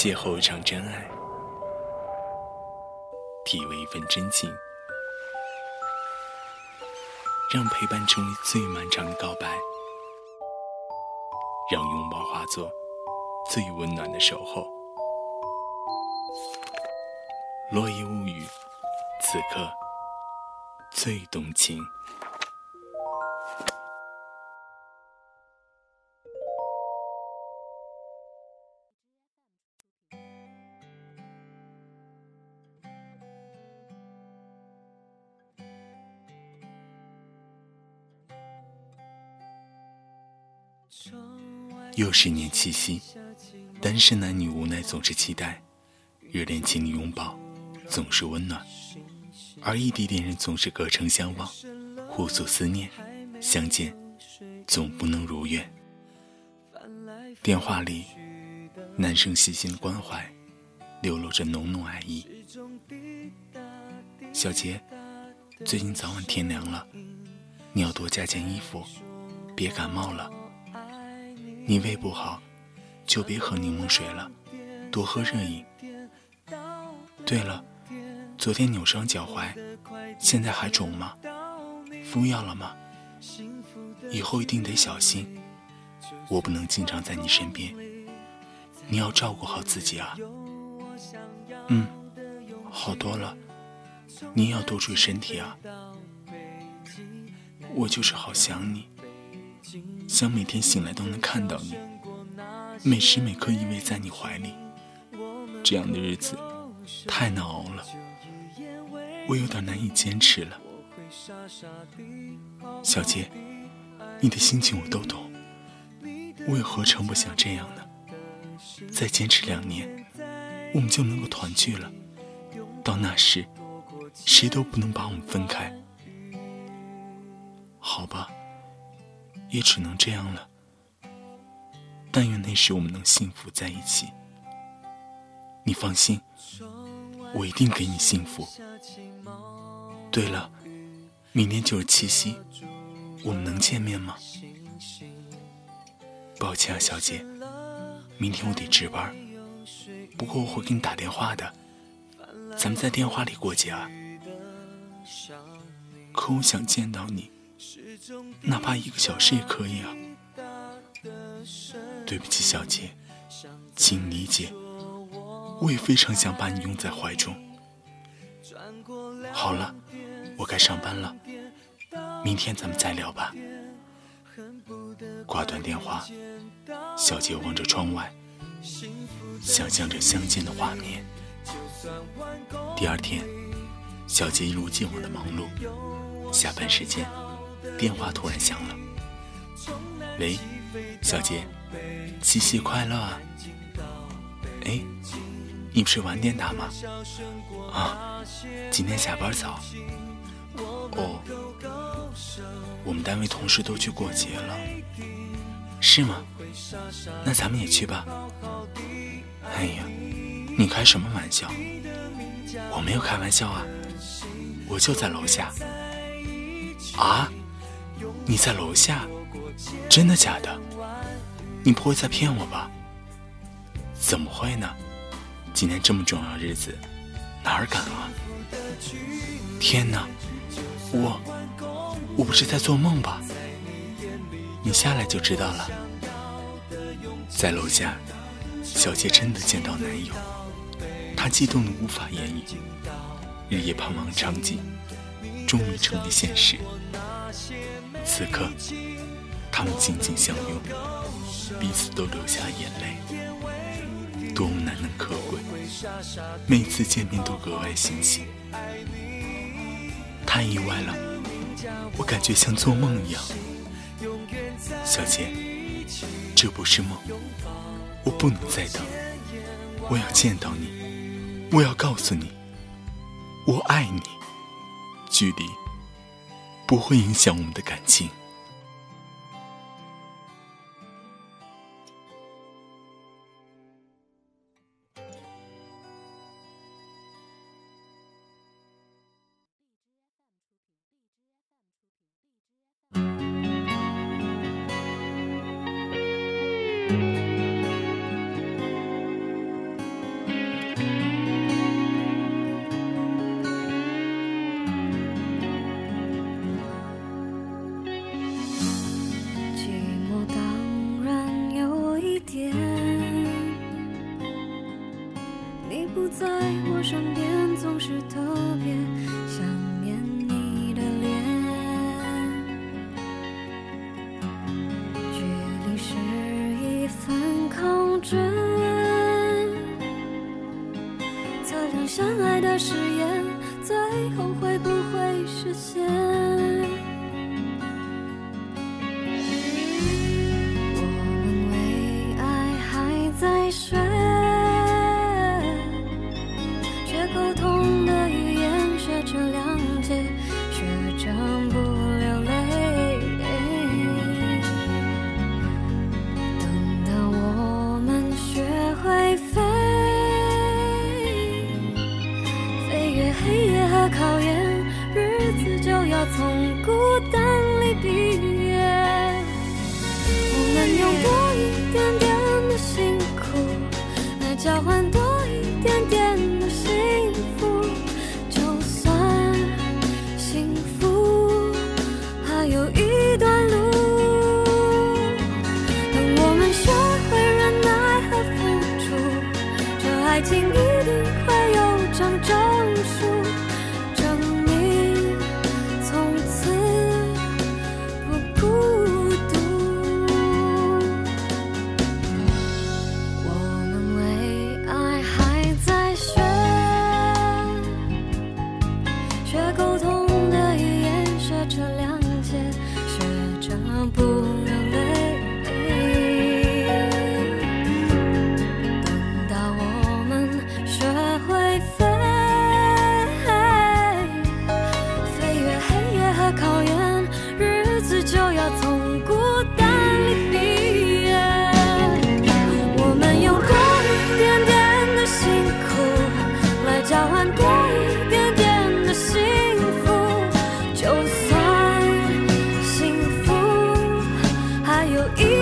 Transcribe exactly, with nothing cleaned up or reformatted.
邂逅一场真爱，体味一份真情，让陪伴成为最漫长的告白，让拥抱化作最温暖的守候。落叶物语，此刻最动情。又是年七夕，单身男女无奈总是期待，热恋情侣拥抱总是温暖，而异地恋人总是隔城相望，互诉思念，相见总不能如愿。电话里男生细心的关怀流露着浓浓爱意。小杰，最近早晚天凉了，你要多加件衣服，别感冒了。你胃不好就别喝柠檬水了，多喝热饮。对了，昨天扭伤脚踝，现在还肿吗？敷药了吗？以后一定得小心，我不能经常在你身边，你要照顾好自己啊。嗯，好多了，你也要多注意身体啊。我就是好想你，想每天醒来都能看到你，每时每刻依偎在你怀里，这样的日子太难熬了，我有点难以坚持了。小杰，你的心情我都懂，我也何尝不想这样呢？再坚持两年，我们就能够团聚了，到那时谁都不能把我们分开。好吧，也只能这样了，但愿那时我们能幸福在一起。你放心，我一定给你幸福。对了，明天就是七夕，我们能见面吗？抱歉啊，小姐，明天我得值班，不过我会给你打电话的，咱们在电话里过节啊。可我想见到你，哪怕一个小时也可以啊。对不起，小姐，请理解，我也非常想把你拥在怀中。好了，我该上班了，明天咱们再聊吧。挂断电话，小姐望着窗外，想象着相见的画面。第二天，小姐一如既往的忙碌，下班时间，电话突然响了。喂，小姐，七夕快乐啊！哎，你不是晚点打吗？啊，今天下班早。哦，我们单位同事都去过节了。是吗？那咱们也去吧。哎呀，你开什么玩笑？我没有开玩笑啊，我就在楼下。啊？你在楼下？真的假的？你不会在骗我吧？怎么会呢？今天这么重要的日子，哪儿敢啊？天哪，我我不是在做梦吧？你下来就知道了。在楼下，小杰真的见到男友，她激动得无法言语，日夜盼望的场景终于成为现实。此刻他们紧紧相拥，彼此都流下眼泪，多么难能可贵，每次见面都格外欣喜。太意外了，我感觉像做梦一样。小姐，这不是梦，我不能再等，我要见到你，我要告诉你，我爱你，距离不会影响我们的感情。 场相爱的誓言，最后会不会实现？我们为爱还在睡，学沟通的语言，学着谅解，学着不流泪。等到我们学会飞，飞越黑夜和考验，日子就要从孤单里毕业。我们用多一点点的辛苦来交换多一点点的幸福，就算幸福还有一段路。等我们学会忍耐和付出，这爱情一定会有张证书，证明从此不孤独。我们为爱还在学，学沟通的语言，学着谅解，学着不流泪。等到我们学会飞，飞越黑夜和考验，日子就要从孤单里毕业。我们用多一点点的辛苦来交换多一点点的幸福，就算幸福还有一